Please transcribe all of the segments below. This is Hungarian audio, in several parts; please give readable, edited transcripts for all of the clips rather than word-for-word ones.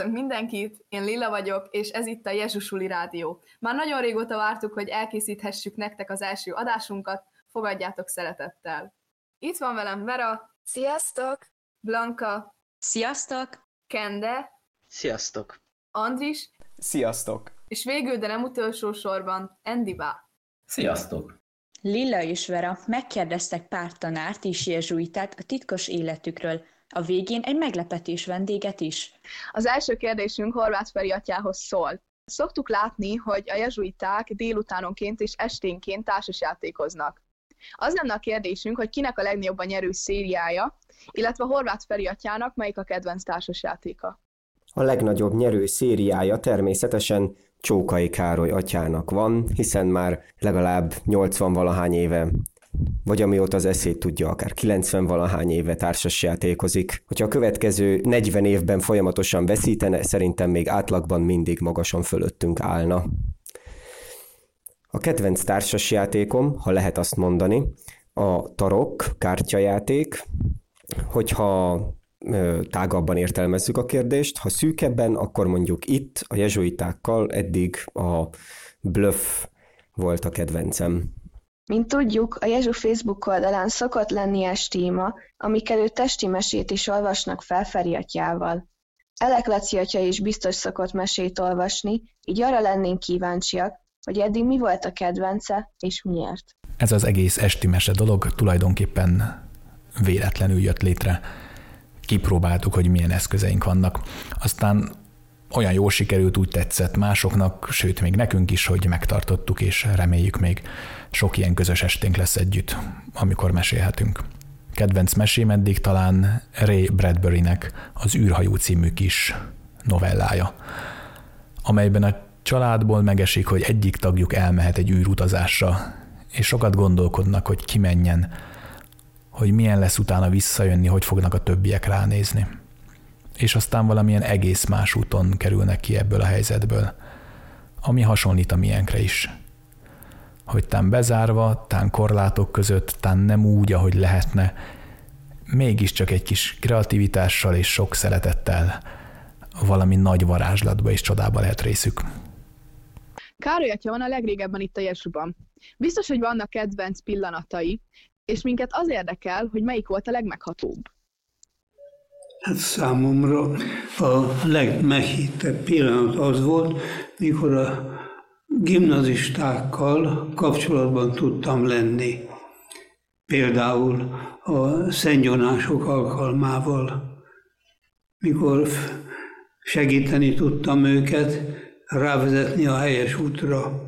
Üdvözlünk mindenkit, én Lilla vagyok, és ez itt a Jezsusuli Rádió. Már nagyon régóta vártuk, hogy elkészíthessük nektek az első adásunkat, fogadjátok szeretettel. Itt van velem Vera. Sziasztok! Blanka. Sziasztok! Kende. Sziasztok! Andris. Sziasztok! És végül, de nem utolsó sorban, Andy Bá. Sziasztok! Lilla és Vera megkérdeztek pár tanárt és jezsuitát a titkos életükről, a végén egy meglepetés vendéget is. Az első kérdésünk Horváth Feri atyához szól. Szoktuk látni, hogy a jezsuiták délutánonként és esténként társasjátékoznak. Az lenne a kérdésünk, hogy kinek a legnagyobb a nyerő szériája, illetve Horváth Feri atyának melyik a kedvenc társasjátéka. A legnagyobb nyerő szériája természetesen Csókai Károly atyának van, hiszen már legalább 80-valahány éve, vagy amióta az eszét tudja, akár 90-valahány éve társasjátékozik. Hogyha a következő 40 évben folyamatosan veszítene, szerintem még átlagban mindig magasan fölöttünk állna. A kedvenc társasjátékom, ha lehet azt mondani, a tarok, kártyajáték, hogyha tágabban értelmezzük a kérdést, ha szűkebben, akkor mondjuk itt a jezsuitákkal eddig a bluff volt a kedvencem. Mint tudjuk, a Jezsu Facebook oldalán szokott lenni estéma, amikor ő testi mesét is olvasnak fel Feri atyával. Elek Laci atya is biztos szokott mesét olvasni, így arra lennénk kíváncsiak, hogy eddig mi volt a kedvence, és miért. Ez az egész esti mese dolog tulajdonképpen véletlenül jött létre. Kipróbáltuk, hogy milyen eszközeink vannak. Aztán olyan jól sikerült, úgy tetszett másoknak, sőt még nekünk is, hogy megtartottuk, és reméljük még sok ilyen közös esténk lesz együtt, amikor mesélhetünk. Kedvenc mesém eddig talán Ray Bradburynek az űrhajó című kis novellája, amelyben a családból megesik, hogy egyik tagjuk elmehet egy űrutazásra, és sokat gondolkodnak, hogy ki menjen, hogy milyen lesz utána visszajönni, hogy fognak a többiek ránézni. És aztán valamilyen egész más úton kerülnek ki ebből a helyzetből, ami hasonlít a miénkre is. Hogy tán bezárva, tán korlátok között, tán nem úgy, ahogy lehetne, mégiscsak egy kis kreativitással és sok szeretettel valami nagy varázslatba és csodába lehet részük. Károly atya van a legrégebben itt a Jezsuban. Biztos, hogy vannak kedvenc pillanatai, és minket az érdekel, hogy melyik volt a legmeghatóbb. Hát számomra a legmeghittebb pillanat az volt, mikor a gimnazistákkal kapcsolatban tudtam lenni. Például a szentgyónások alkalmával, mikor segíteni tudtam őket rávezetni a helyes útra.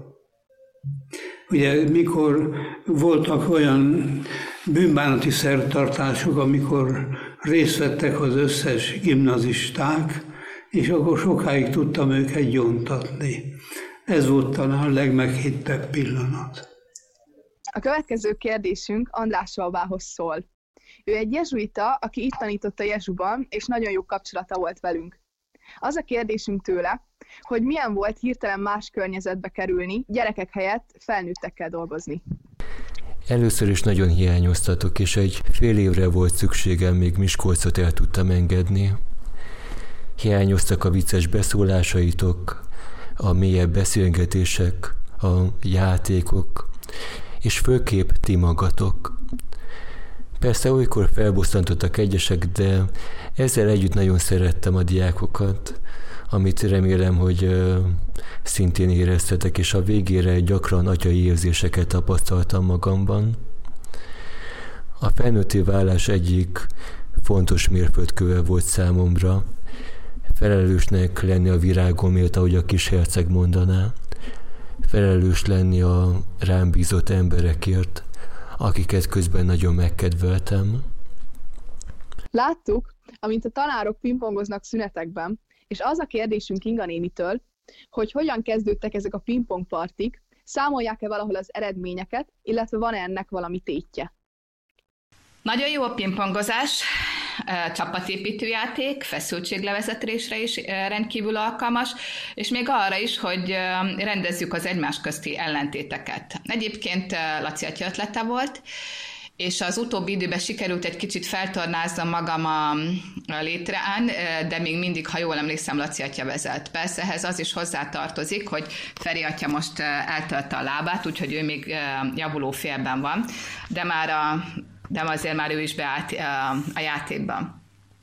Ugye mikor voltak olyan bűnbánati szertartások, amikor részt vettek az összes gimnazisták, és akkor sokáig tudtam őket gyóntatni. Ez volt talán a legmeghittebb pillanat. A következő kérdésünk András babához szól. Ő egy jezsuita, aki itt tanított a Jezsuban, és nagyon jó kapcsolata volt velünk. Az a kérdésünk tőle, hogy milyen volt hirtelen más környezetbe kerülni, gyerekek helyett felnőttekkel dolgozni. Először is nagyon hiányoztatok, és egy fél évre volt szükségem, még Miskolcot el tudtam engedni. Hiányoztak a vicces beszólásaitok, a mélyebb beszélgetések, a játékok, és főképp ti magatok. Persze olykor felbosszantottak egyesek, de ezzel együtt nagyon szerettem a diákokat, amit remélem, hogy szintén éreztetek, és a végére gyakran atyai érzéseket tapasztaltam magamban. A felnőtté válás egyik fontos mérföldköve volt számomra, felelősnek lenni a virágomért, ahogy a kis herceg mondaná, felelős lenni a rám bízott emberekért, akiket közben nagyon megkedveltem. Láttuk, amint a tanárok pingpongoznak szünetekben, és az a kérdésünk Inga nénitől, hogy hogyan kezdődtek ezek a pingpongpartik, számolják-e valahol az eredményeket, illetve van-e ennek valami tétje? Nagyon jó a pingpongozás, csapatépítő játék, feszültséglevezetésre is rendkívül alkalmas, és még arra is, hogy rendezzük az egymás közti ellentéteket. Egyébként Laci atya ötlete volt, és az utóbbi időben sikerült egy kicsit feltornáznom magam a létrán, de még mindig, ha jól emlékszem, Laci atya vezet. Persze ehhez az is hozzátartozik, hogy Feri atya most eltölte a lábát, úgyhogy ő még javuló félben van, de azért már ő is beállt a játékban.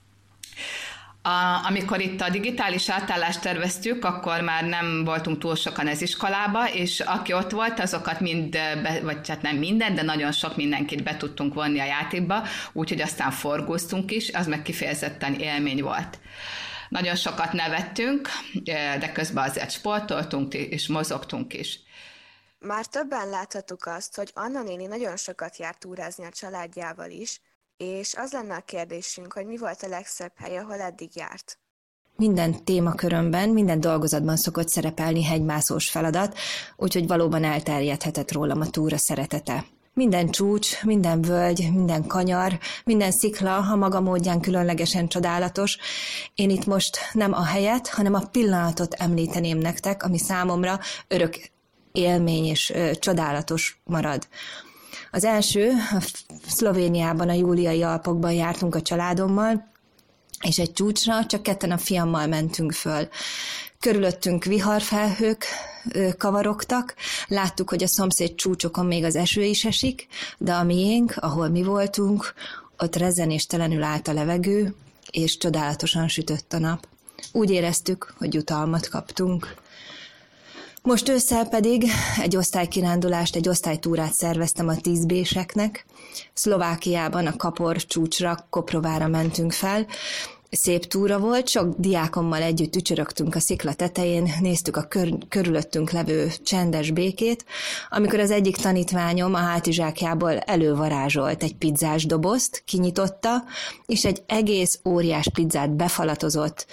Amikor itt a digitális átállást terveztük, akkor már nem voltunk túl sokan ez iskolába, és aki ott volt, azokat vagy hát nem minden, de nagyon sok mindenkit be tudtunk vonni a játékba, úgyhogy aztán forgóztunk is, az meg kifejezetten élmény volt. Nagyon sokat nevettünk, de közben azért sportoltunk és mozogtunk is. Már többen láthattuk azt, hogy Anna néni nagyon sokat járt túrázni a családjával is, és az lenne a kérdésünk, hogy mi volt a legszebb hely, ahol eddig járt? Minden témakörömben, minden dolgozatban szokott szerepelni hegymászós feladat, úgyhogy valóban elterjedhetett rólam a túra szeretete. Minden csúcs, minden völgy, minden kanyar, minden szikla a maga módján különlegesen csodálatos. Én itt most nem a helyet, hanem a pillanatot említeném nektek, ami számomra örök élmény és csodálatos marad. Az első, a Szlovéniában, a Júliai Alpokban jártunk a családommal, és egy csúcsra csak ketten a fiammal mentünk föl. Körülöttünk viharfelhők kavarogtak, láttuk, hogy a szomszéd csúcsokon még az eső is esik, de a miénk, ahol mi voltunk, ott rezzenéstelenül állt a levegő, és csodálatosan sütött a nap. Úgy éreztük, hogy jutalmat kaptunk. Most ősszel pedig egy osztálykirándulást, egy osztálytúrát szerveztem a 10B-seknek. Szlovákiában a Kapor csúcsra, Koprovára mentünk fel. Szép túra volt, sok diákommal együtt ücsörögtünk a szikla tetején, néztük a körülöttünk levő csendes békét, amikor az egyik tanítványom a hátizsákjából elővarázsolt egy pizzás dobozt, kinyitotta, és egy egész óriás pizzát befalatozott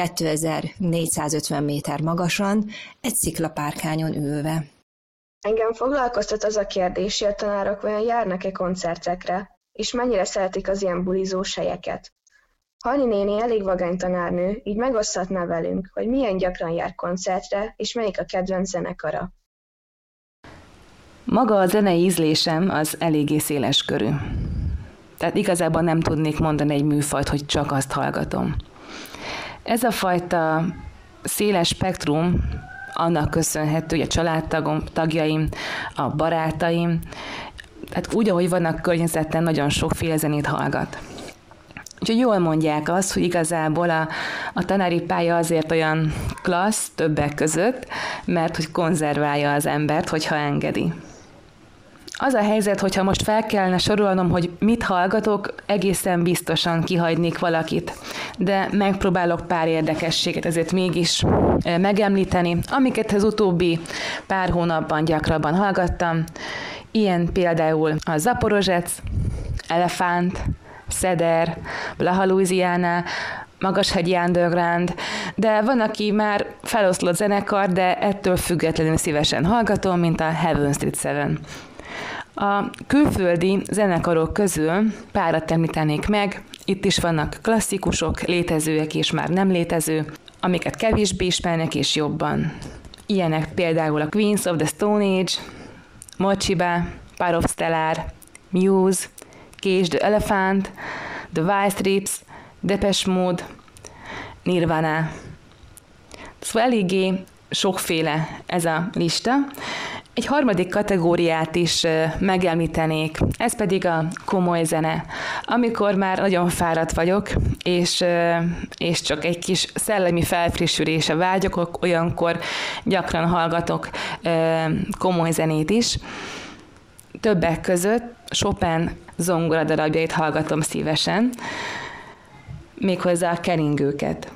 2450 méter magasan, egy sziklapárkányon ülve. Engem foglalkoztat az a kérdés, hogy a tanárok vajon járnak-e koncertekre, és mennyire szeretik az ilyen bulizós helyeket. Hanni néni elég vagány tanárnő, így megoszthatná velünk, hogy milyen gyakran jár koncertre, és melyik a kedvenc zenekara. Maga a zenei ízlésem az eléggé széles körű. Tehát igazából nem tudnék mondani egy műfajt, hogy csak azt hallgatom. Ez a fajta széles spektrum annak köszönhető, hogy a családtagjaim, a barátaim, tehát úgy, ahogy vannak környezetten, nagyon sokféle zenét hallgat. Úgyhogy jól mondják azt, hogy igazából a tanári pálya azért olyan klassz többek között, mert hogy konzerválja az embert, hogyha engedi. Az a helyzet, hogyha most fel kellene sorolnom, hogy mit hallgatok, egészen biztosan kihagynék valakit, de megpróbálok pár érdekességet ezért mégis megemlíteni, amiket az utóbbi pár hónapban gyakrabban hallgattam. Ilyen például a Zaporozsec, Elefánt, Szeder, Blaha Louisiana, Magashegyi Underground, de van, aki már feloszlott zenekar, de ettől függetlenül szívesen hallgatom, mint a Heaven Street Seven. A külföldi zenekarok közül párat említenék meg, itt is vannak klasszikusok, létezőek és már nem létező, amiket kevésbé ismernek és jobban. Ilyenek például a Queens of the Stone Age, Mochiba, Power of Stellar, Muse, Cage the Elephant, The White Stripes, Depeche Mode, Nirvana. Szóval eléggé sokféle ez a lista. Egy harmadik kategóriát is megemlítenék, ez pedig a komoly zene. Amikor már nagyon fáradt vagyok, és csak egy kis szellemi felfrissülésre vágyok, olyankor gyakran hallgatok komoly zenét is. Többek között Chopin zongoradarabjait hallgatom szívesen, méghozzá a keringőket.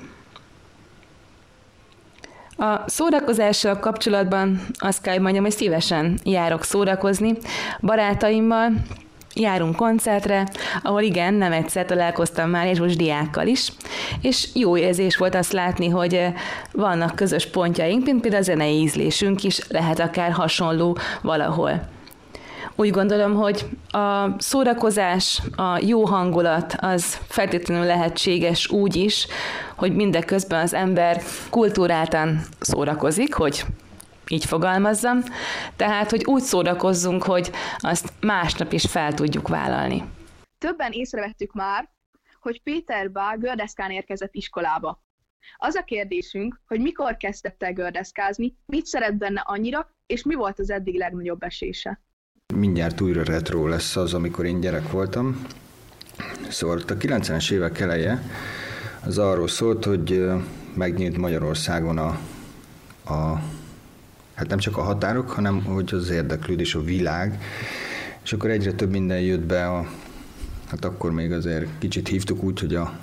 A szórakozással kapcsolatban azt kell mondjam, hogy szívesen járok szórakozni barátaimmal, járunk koncertre, ahol igen, nem egyszer találkoztam már és most diákkal is, és jó érzés volt azt látni, hogy vannak közös pontjaink, mint például a zenei ízlésünk is lehet akár hasonló valahol. Úgy gondolom, hogy a szórakozás, a jó hangulat az feltétlenül lehetséges úgy is, hogy mindeközben az ember kultúráltan szórakozik, hogy így fogalmazzam, tehát, hogy úgy szórakozzunk, hogy azt másnap is fel tudjuk vállalni. Többen észrevettük már, hogy Péter Bá gördeszkán érkezett iskolába. Az a kérdésünk, hogy mikor kezdett el gördeszkázni, mit szeret benne annyira, és mi volt az eddig legnagyobb esése. Mindjárt újra retro lesz az, amikor én gyerek voltam. Szóval a 90-es évek eleje az arról szólt, hogy megnyílt Magyarországon hát nem csak a határok, hanem hogy az érdeklődés, a világ, és akkor egyre több minden jött be, hát akkor még azért kicsit hívtuk úgy, hogy a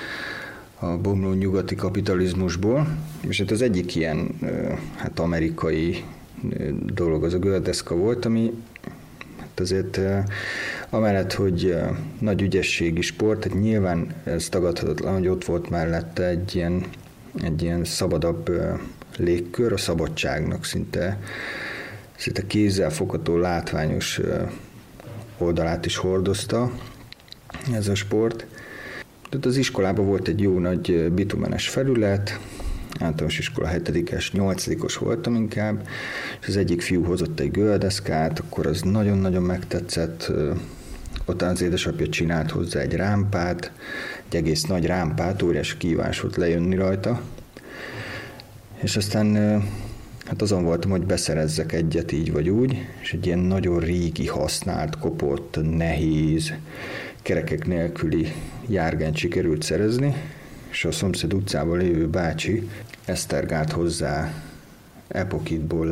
bomló nyugati kapitalizmusból, és hát az egyik ilyen hát amerikai dolog az a gördeszka volt, ami hát azért amellett, hogy nagy ügyességi sport, tehát nyilván ez tagadhatatlan, hogy ott volt mellette egy ilyen szabadabb légkör, a szabadságnak szinte kézzel fogható, látványos oldalát is hordozta ez a sport. Tehát az iskolában volt egy jó nagy bitumenes felület, általános iskola 7-es, 8-os voltam inkább, és az egyik fiú hozott egy gördeszkát, akkor az nagyon-nagyon megtetszett, utána az édesapja csinált hozzá egy rámpát, egy egész nagy rámpát, óriási kívás volt lejönni rajta, és aztán hát azon voltam, hogy beszerezzek egyet így vagy úgy, és egy ilyen nagyon régi, használt, kopott, nehéz, kerekek nélküli járgányt sikerült szerezni, és a szomszéd utcában lévő bácsi esztergált hozzá epokitból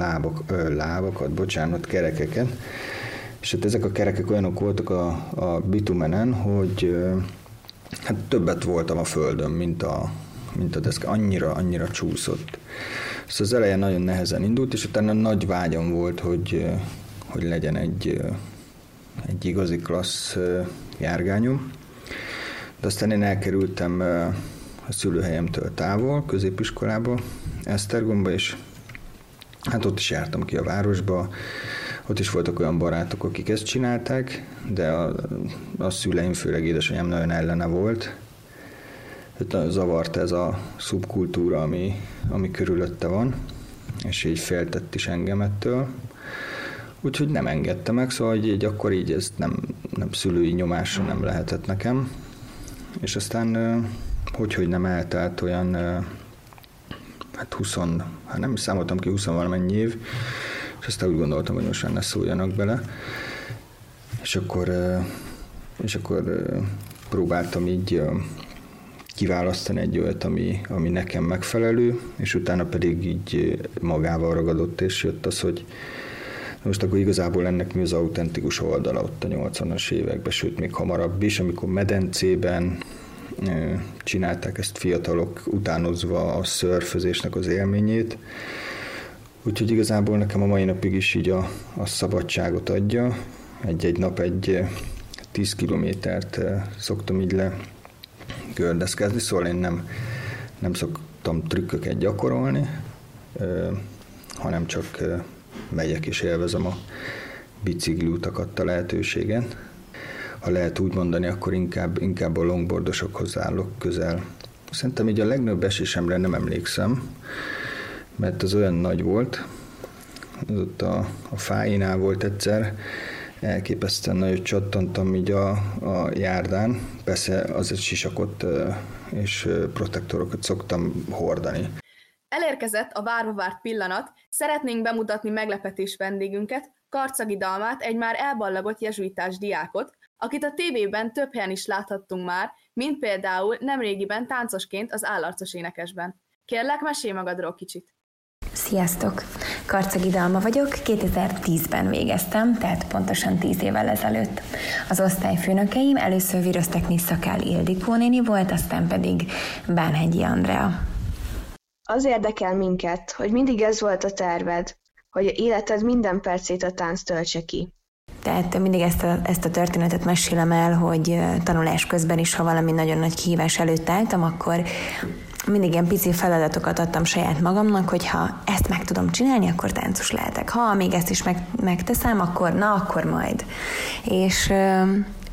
kerekeket, és hát ezek a kerekek olyanok voltak a bitumenen, hogy hát többet voltam a földön, mint a deszka, annyira csúszott. Szóval az elején nagyon nehezen indult, és utána nagy vágyam volt, hogy legyen egy igazi klassz járgányom. De aztán én elkerültem a szülőhelyemtől távol, középiskolába, Esztergomba, és hát ott is jártam ki a városba. Ott is voltak olyan barátok, akik ezt csinálták, de a szüleim, főleg édesanyám nagyon ellene volt. Zavart ez a szubkultúra, ami körülötte van, és így féltett is engem ettől. Úgyhogy nem engedte meg, szóval így akkor így ez nem szülői nyomásra nem lehetett nekem. És aztán hogy nem eltelt olyan, hát 20, hát nem számoltam ki 20 valamennyi év, és aztán úgy gondoltam, hogy most már ne szóljanak bele. És akkor próbáltam így kiválasztani egy olyat, ami nekem megfelelő, és utána pedig így magával ragadott, és jött az, hogy most akkor igazából ennek mi az autentikus oldala ott a 80-as években, sőt még hamarabb is, amikor medencében csinálták ezt fiatalok, utánozva a szörfözésnek az élményét. Úgyhogy igazából nekem a mai napig is így a szabadságot adja. Egy nap 10 kilométert szoktam így le gördeszkázni, szóval én nem szoktam trükköket gyakorolni, hanem csak megyek és élvezem a bicikliutakat a lehetőségen. Ha lehet úgy mondani, akkor inkább a longboardosokhoz állok közel. Szerintem így a legnagyobb esésemre nem emlékszem, mert az olyan nagy volt, az ott a Fáinál volt egyszer, elképesztően nagyot csattantam így a járdán, persze az egy sisakot és protektorokat szoktam hordani. Elérkezett a várva várt pillanat, szeretnénk bemutatni meglepetés vendégünket, Karczagi Dalmát, egy már elballagott jezsuitás diákot, akit a tévében több helyen is láthattunk már, mint például nemrégiben táncosként az Állarcos énekesben. Kérlek, mesélj magadról kicsit. Sziasztok! Karczagi Dalma vagyok, 2010-ben végeztem, tehát pontosan 10 évvel ezelőtt. Az osztályfőnökeim először Viröztekné Szakál Ildikó néni volt, aztán pedig Bánhegyi Andrea. Az érdekel minket, hogy mindig ez volt a terved, hogy életed minden percét a tánc töltse ki. Tehát mindig ezt a történetet mesélem el, hogy tanulás közben is, ha valami nagyon nagy kihívás előtt álltam, akkor mindig ilyen pici feladatokat adtam saját magamnak, hogy ha ezt meg tudom csinálni, akkor táncos lehetek. Ha még ezt is megteszem, akkor akkor majd. És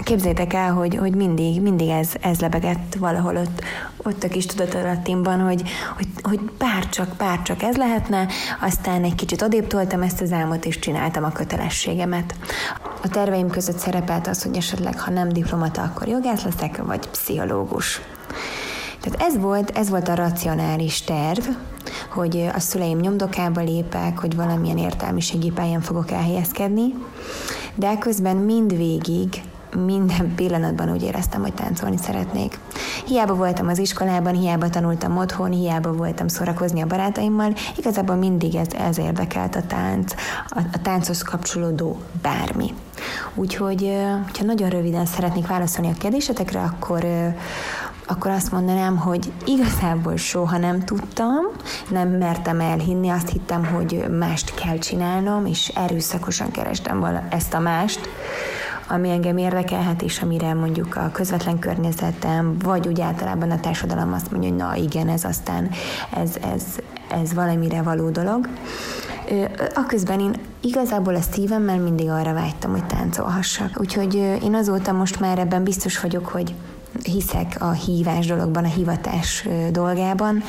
képzeljétek el, hogy mindig ez lebegett valahol ott a kis tudatalattimban, hogy bárcsak ez lehetne, aztán egy kicsit odébb toltam ezt az álmot, és csináltam a kötelességemet. A terveim között szerepelt az, hogy esetleg, ha nem diplomata, akkor jogász leszek, vagy pszichológus. Tehát ez volt a racionális terv, hogy a szüleim nyomdokába lépek, hogy valamilyen értelmiségi pályán fogok elhelyezkedni, de közben mindvégig, minden pillanatban úgy éreztem, hogy táncolni szeretnék. Hiába voltam az iskolában, hiába tanultam otthon, hiába voltam szórakozni a barátaimmal, igazából mindig ez érdekelt a tánc, a tánchoz kapcsolódó bármi. Úgyhogy, ha nagyon röviden szeretnék válaszolni a kérdésetekre, akkor azt mondanám, hogy igazából soha nem tudtam, nem mertem elhinni, azt hittem, hogy mást kell csinálnom, és erőszakosan kerestem ezt a mást, ami engem érdekelhet, és amire mondjuk a közvetlen környezetem, vagy úgy általában a társadalom azt mondja, hogy na igen, ez aztán, ez valamire való dolog. Aközben én igazából a szívemmel mindig arra vágytam, hogy táncolhassak. Úgyhogy én azóta most már ebben biztos vagyok, hogy hiszek a hívás dologban, a hivatás dolgában,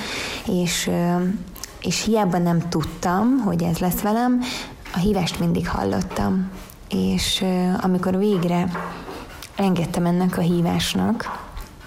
és hiába nem tudtam, hogy ez lesz velem, a hívást mindig hallottam. És amikor végre engedtem ennek a hívásnak,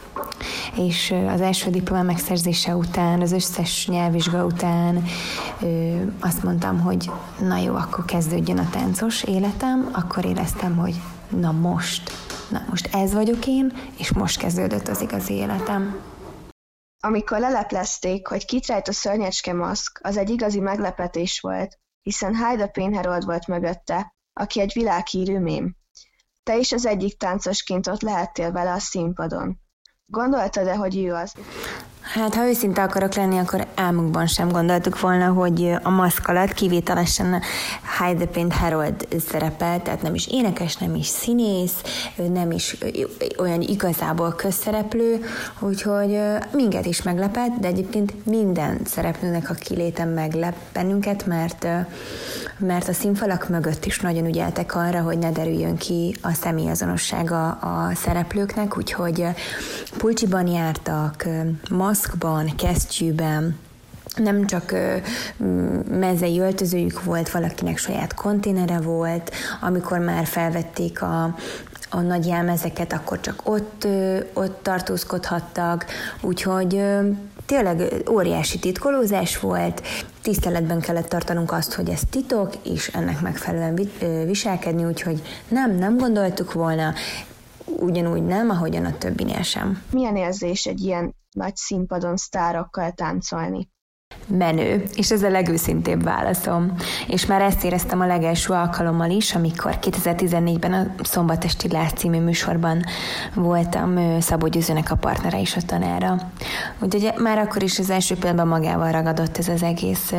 és az első diplomám megszerzése után, az összes nyelvvizsga után azt mondtam, hogy na jó, akkor kezdődjön a táncos életem, akkor éreztem, hogy na most ez vagyok én, és most kezdődött az igazi életem. Amikor leleplezték, hogy kit rejt a szörnyecske maszk, az egy igazi meglepetés volt, hiszen Hyde Pinherold volt mögötte, aki egy világhírű mém. Te is az egyik táncosként ott lehettél vele a színpadon. Gondoltad-e, hogy ő az? Hát, ha őszinte akarok lenni, akkor álmunkban sem gondoltuk volna, hogy a maszk alatt kivételesen Hyde Pinherold szerepel, tehát nem is énekes, nem is színész, nem is olyan igazából közszereplő, úgyhogy minket is meglepett, de egyébként minden szereplőnek a kilétem meglep bennünket, mert a színfalak mögött is nagyon ügyeltek arra, hogy ne derüljön ki a személyazonossága a szereplőknek, úgyhogy pulcsiban jártak, maszkban, kesztyűben, nem csak mezei öltözőjük volt, valakinek saját konténere volt, amikor már felvették a nagy jelmezeket, akkor csak ott tartózkodhattak, úgyhogy tényleg óriási titkolózás volt, tiszteletben kellett tartanunk azt, hogy ez titok, és ennek megfelelően viselkedni, úgyhogy nem gondoltuk volna, ugyanúgy nem, ahogyan a többinél sem. Milyen érzés egy ilyen nagy színpadon sztárokkal táncolni? Menő, és ez a legőszintébb válaszom. És már ezt éreztem a legelső alkalommal is, amikor 2014-ben a Szombatesti Láz című műsorban voltam Szabó Győzőnek a partnere és a tanára. Úgyhogy már akkor is az első pillanatban magával ragadott ez az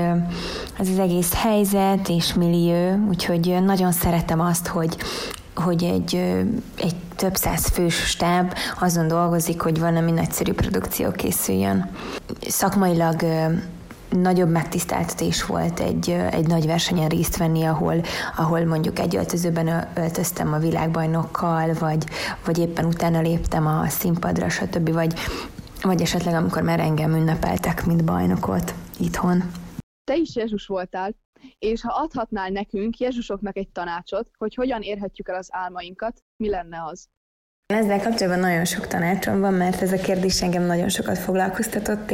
egész helyzet és millió, úgyhogy nagyon szeretem azt, hogy egy több száz fős stáb azon dolgozik, hogy valami nagyszerű produkció készüljön. Szakmailag nagyobb megtiszteltetés volt egy nagy versenyen részt venni, ahol mondjuk egy öltözőben öltöztem a világbajnokkal, vagy éppen utána léptem a színpadra, stb. Vagy esetleg amikor már engem ünnepeltek, mint bajnokot itthon. Te is Jézus voltál, és ha adhatnál nekünk, Jézusoknak egy tanácsot, hogy hogyan érhetjük el az álmainkat, mi lenne az? Ezzel kapcsolatban nagyon sok tanácsom van, mert ez a kérdés engem nagyon sokat foglalkoztatott,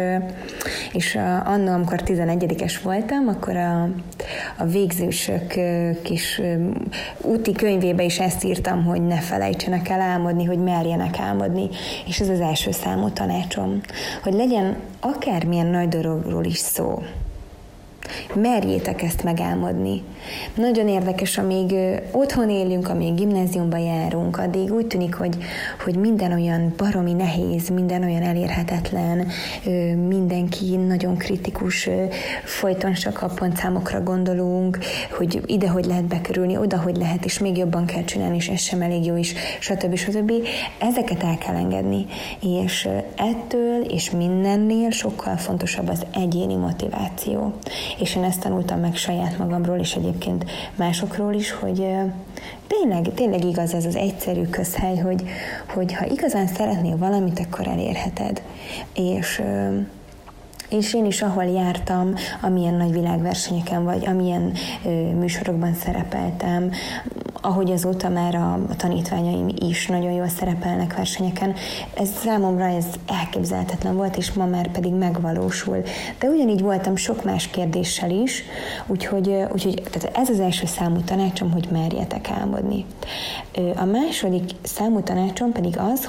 és anno, amikor 11-es voltam, akkor a végzősök kis úti könyvébe is ezt írtam, hogy ne felejtsenek el álmodni, hogy merjenek álmodni, és ez az első számú tanácsom, hogy legyen akármilyen nagy dologról is szó. Merjétek ezt megálmodni. Nagyon érdekes, amíg otthon élünk, amíg gimnáziumba járunk, addig úgy tűnik, hogy minden olyan baromi nehéz, minden olyan elérhetetlen, mindenki nagyon kritikus, folyton csak a pontszámokra gondolunk, hogy ide hogy lehet bekerülni, oda hogy lehet, és még jobban kell csinálni, és ez sem elég jó is, stb. Ezeket el kell engedni, és ettől és mindennél sokkal fontosabb az egyéni motiváció. és én ezt tanultam meg saját magamról, és egyébként másokról is, hogy tényleg igaz ez az egyszerű közhely, hogy ha igazán szeretnél valamit, akkor elérheted. És én is, ahol jártam, amilyen nagy világversenyeken, vagy amilyen műsorokban szerepeltem, ahogy azóta már a tanítványaim is nagyon jól szerepelnek versenyeken, ez számomra elképzelhetetlen volt, és ma már pedig megvalósul. De ugyanígy voltam sok más kérdéssel is, úgyhogy tehát ez az első számú tanácsom, hogy merjetek álmodni. A második számú tanácsom pedig az,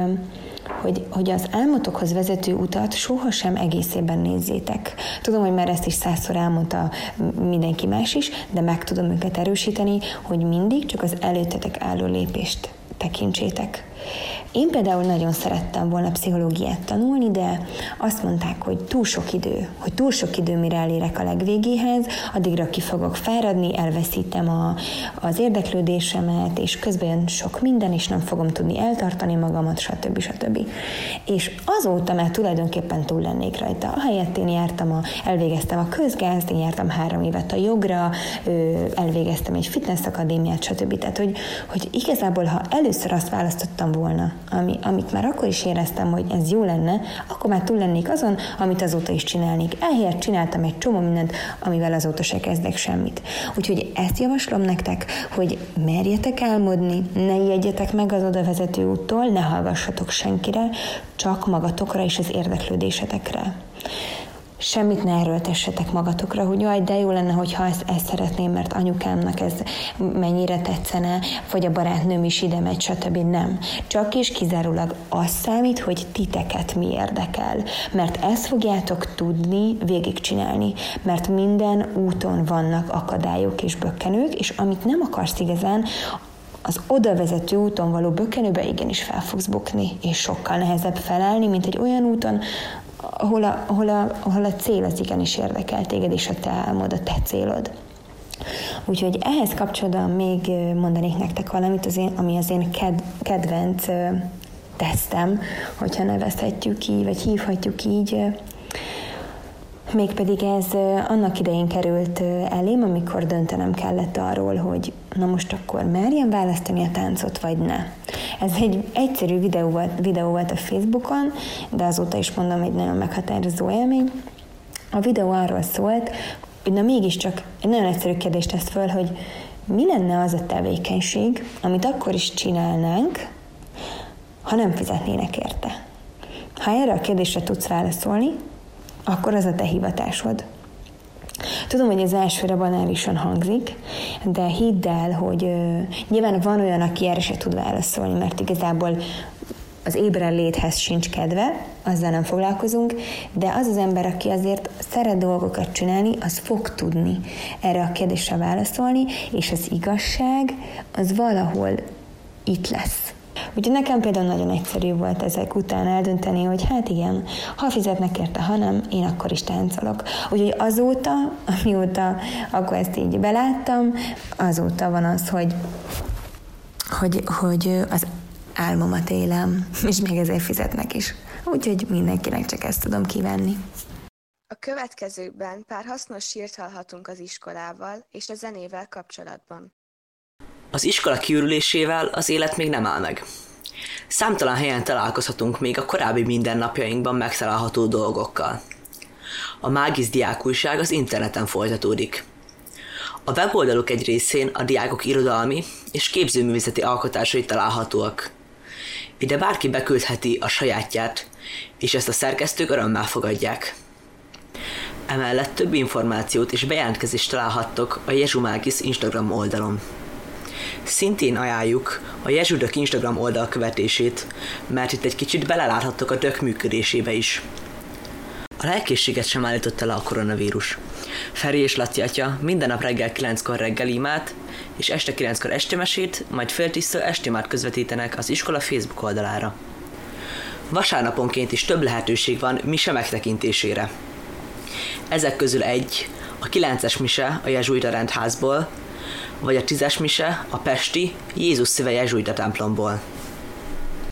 hogy az álmotokhoz vezető utat sohasem egészében nézzétek. Tudom, hogy már ezt is 100-szor elmondta mindenki más is, de meg tudom őket erősíteni, hogy mindig csak az előttetek álló lépést tekintsétek. Én például nagyon szerettem volna pszichológiát tanulni, de azt mondták, hogy túl sok idő, mire elérek a legvégéhez, addigra ki fogok fáradni, elveszítem az érdeklődésemet, és közben jön sok minden, és nem fogom tudni eltartani magamat, stb. És azóta már tulajdonképpen túl lennék rajta. Ahelyett én elvégeztem a közgázt, én jártam 3 évet a jogra, elvégeztem egy fitness akadémiát, stb. Tehát, hogy igazából, ha először azt választottam volna, amit már akkor is éreztem, hogy ez jó lenne, akkor már túl lennék azon, amit azóta is csinálnék. Ehelyett csináltam egy csomó mindent, amivel azóta se kezdek semmit. Úgyhogy ezt javaslom nektek, hogy merjetek álmodni, ne ijedjetek meg az odavezető úttól, ne hallgassatok senkire, csak magatokra és az érdeklődésetekre. Semmit ne erőltessetek magatokra, hogy jaj, de jó lenne, hogyha ezt szeretném, mert anyukámnak ez mennyire tetszene, vagy a barátnőm is ide megy, stb. Nem. Csak és kizárólag az számít, hogy titeket mi érdekel. Mert ezt fogjátok tudni végigcsinálni, mert minden úton vannak akadályok és bökkenők, és amit nem akarsz igazán, az odavezető úton való bökkenőbe igenis fel fogsz bukni, és sokkal nehezebb felállni, mint egy olyan úton, ahol a cél az igenis érdekel téged, és a te álmod, a te célod. Úgyhogy ehhez kapcsolatban még mondanék nektek valamit, ami az én kedvenc tesztem, hogyha nevezhetjük így, vagy hívhatjuk így. Mégpedig ez annak idején került elém, amikor döntenem kellett arról, hogy na most akkor merjem választani a táncot, vagy ne. Ez egy egyszerű videó volt a Facebookon, de azóta is mondom, egy nagyon meghatározó élmény. A videó arról szólt, hogy na mégiscsak egy nagyon egyszerű kérdést tesz föl, hogy mi lenne az a tevékenység, amit akkor is csinálnánk, ha nem fizetnének érte. Ha erre a kérdésre tudsz válaszolni, akkor az a te hivatásod. Tudom, hogy ez elsőre banálisan hangzik, de hidd el, hogy nyilván van olyan, aki erre se tud válaszolni, mert igazából az ébren léthez sincs kedve, azzal nem foglalkozunk, de az az ember, aki azért szeret dolgokat csinálni, az fog tudni erre a kérdésre válaszolni, és az igazság az valahol itt lesz. Úgyhogy nekem például nagyon egyszerű volt ezek után eldönteni, hogy hát igen, ha fizetnek érte, ha nem, én akkor is táncolok. Úgyhogy azóta, amióta akkor ezt így beláttam, azóta van az, hogy az álmomat élem, és még ezért fizetnek is. Úgyhogy mindenkinek csak ezt tudom kívánni. A következőkben pár hasznos hírt hallhatunk az iskolával és a zenével kapcsolatban. Az iskola kiürülésével az élet még nem áll meg. Számtalan helyen találkozhatunk még a korábbi mindennapjainkban megtalálható dolgokkal. A Mágisz diákújság az interneten folytatódik. A weboldaluk egy részén a diákok irodalmi és képzőművészeti alkotásai találhatóak. Ide bárki beküldheti a sajátját, és ezt a szerkesztők örömmel fogadják. Emellett több információt és bejelentkezést találhattok a Jezsu Mágisz Instagram oldalon. Szintén ajánljuk a Jezsudök Instagram oldal követését, mert itt egy kicsit beleláthattok a dök működésébe is. A lelkészséget sem állította le a koronavírus. Feri és Laci atya minden nap reggel 9-kor reggeli imát, és este 9-kor estemesét, majd fél 10-től estimát közvetítenek az iskola Facebook oldalára. Vasárnaponként is több lehetőség van mise megtekintésére. Ezek közül egy, a 9-es mise a jezsuita rendházból, vagy a 10-es mise a pesti Jézus szíve jezsuita templomból.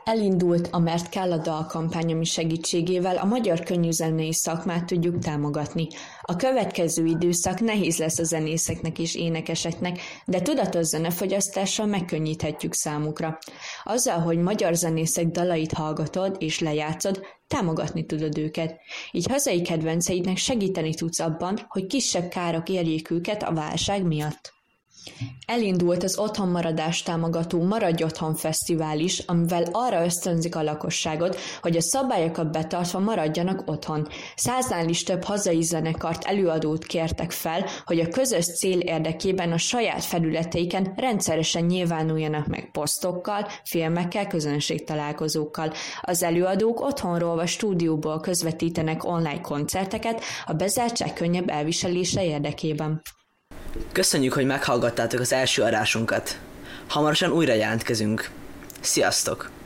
Elindult a Mert kell a dal kampány, ami segítségével a magyar könnyűzenei szakmát tudjuk támogatni. A következő időszak nehéz lesz a zenészeknek és énekeseknek, de tudatos zenefogyasztással megkönnyíthetjük számukra. Azzal, hogy magyar zenészek dalait hallgatod és lejátszod, támogatni tudod őket. Így hazai kedvenceidnek segíteni tudsz abban, hogy kisebb károk érjék őket a válság miatt. Elindult az otthonmaradást támogató Maradj Otthon Fesztivál is, amivel arra ösztönzik a lakosságot, hogy a szabályokat betartva maradjanak otthon. 100-nál is több hazai zenekart, előadót kértek fel, hogy a közös cél érdekében a saját felületeiken rendszeresen nyilvánuljanak meg posztokkal, filmekkel, közönségtalálkozókkal. Az előadók otthonról vagy stúdióból közvetítenek online koncerteket a bezártság könnyebb elviselése érdekében. Köszönjük, hogy meghallgattátok az első adásunkat. Hamarosan újra jelentkezünk. Sziasztok!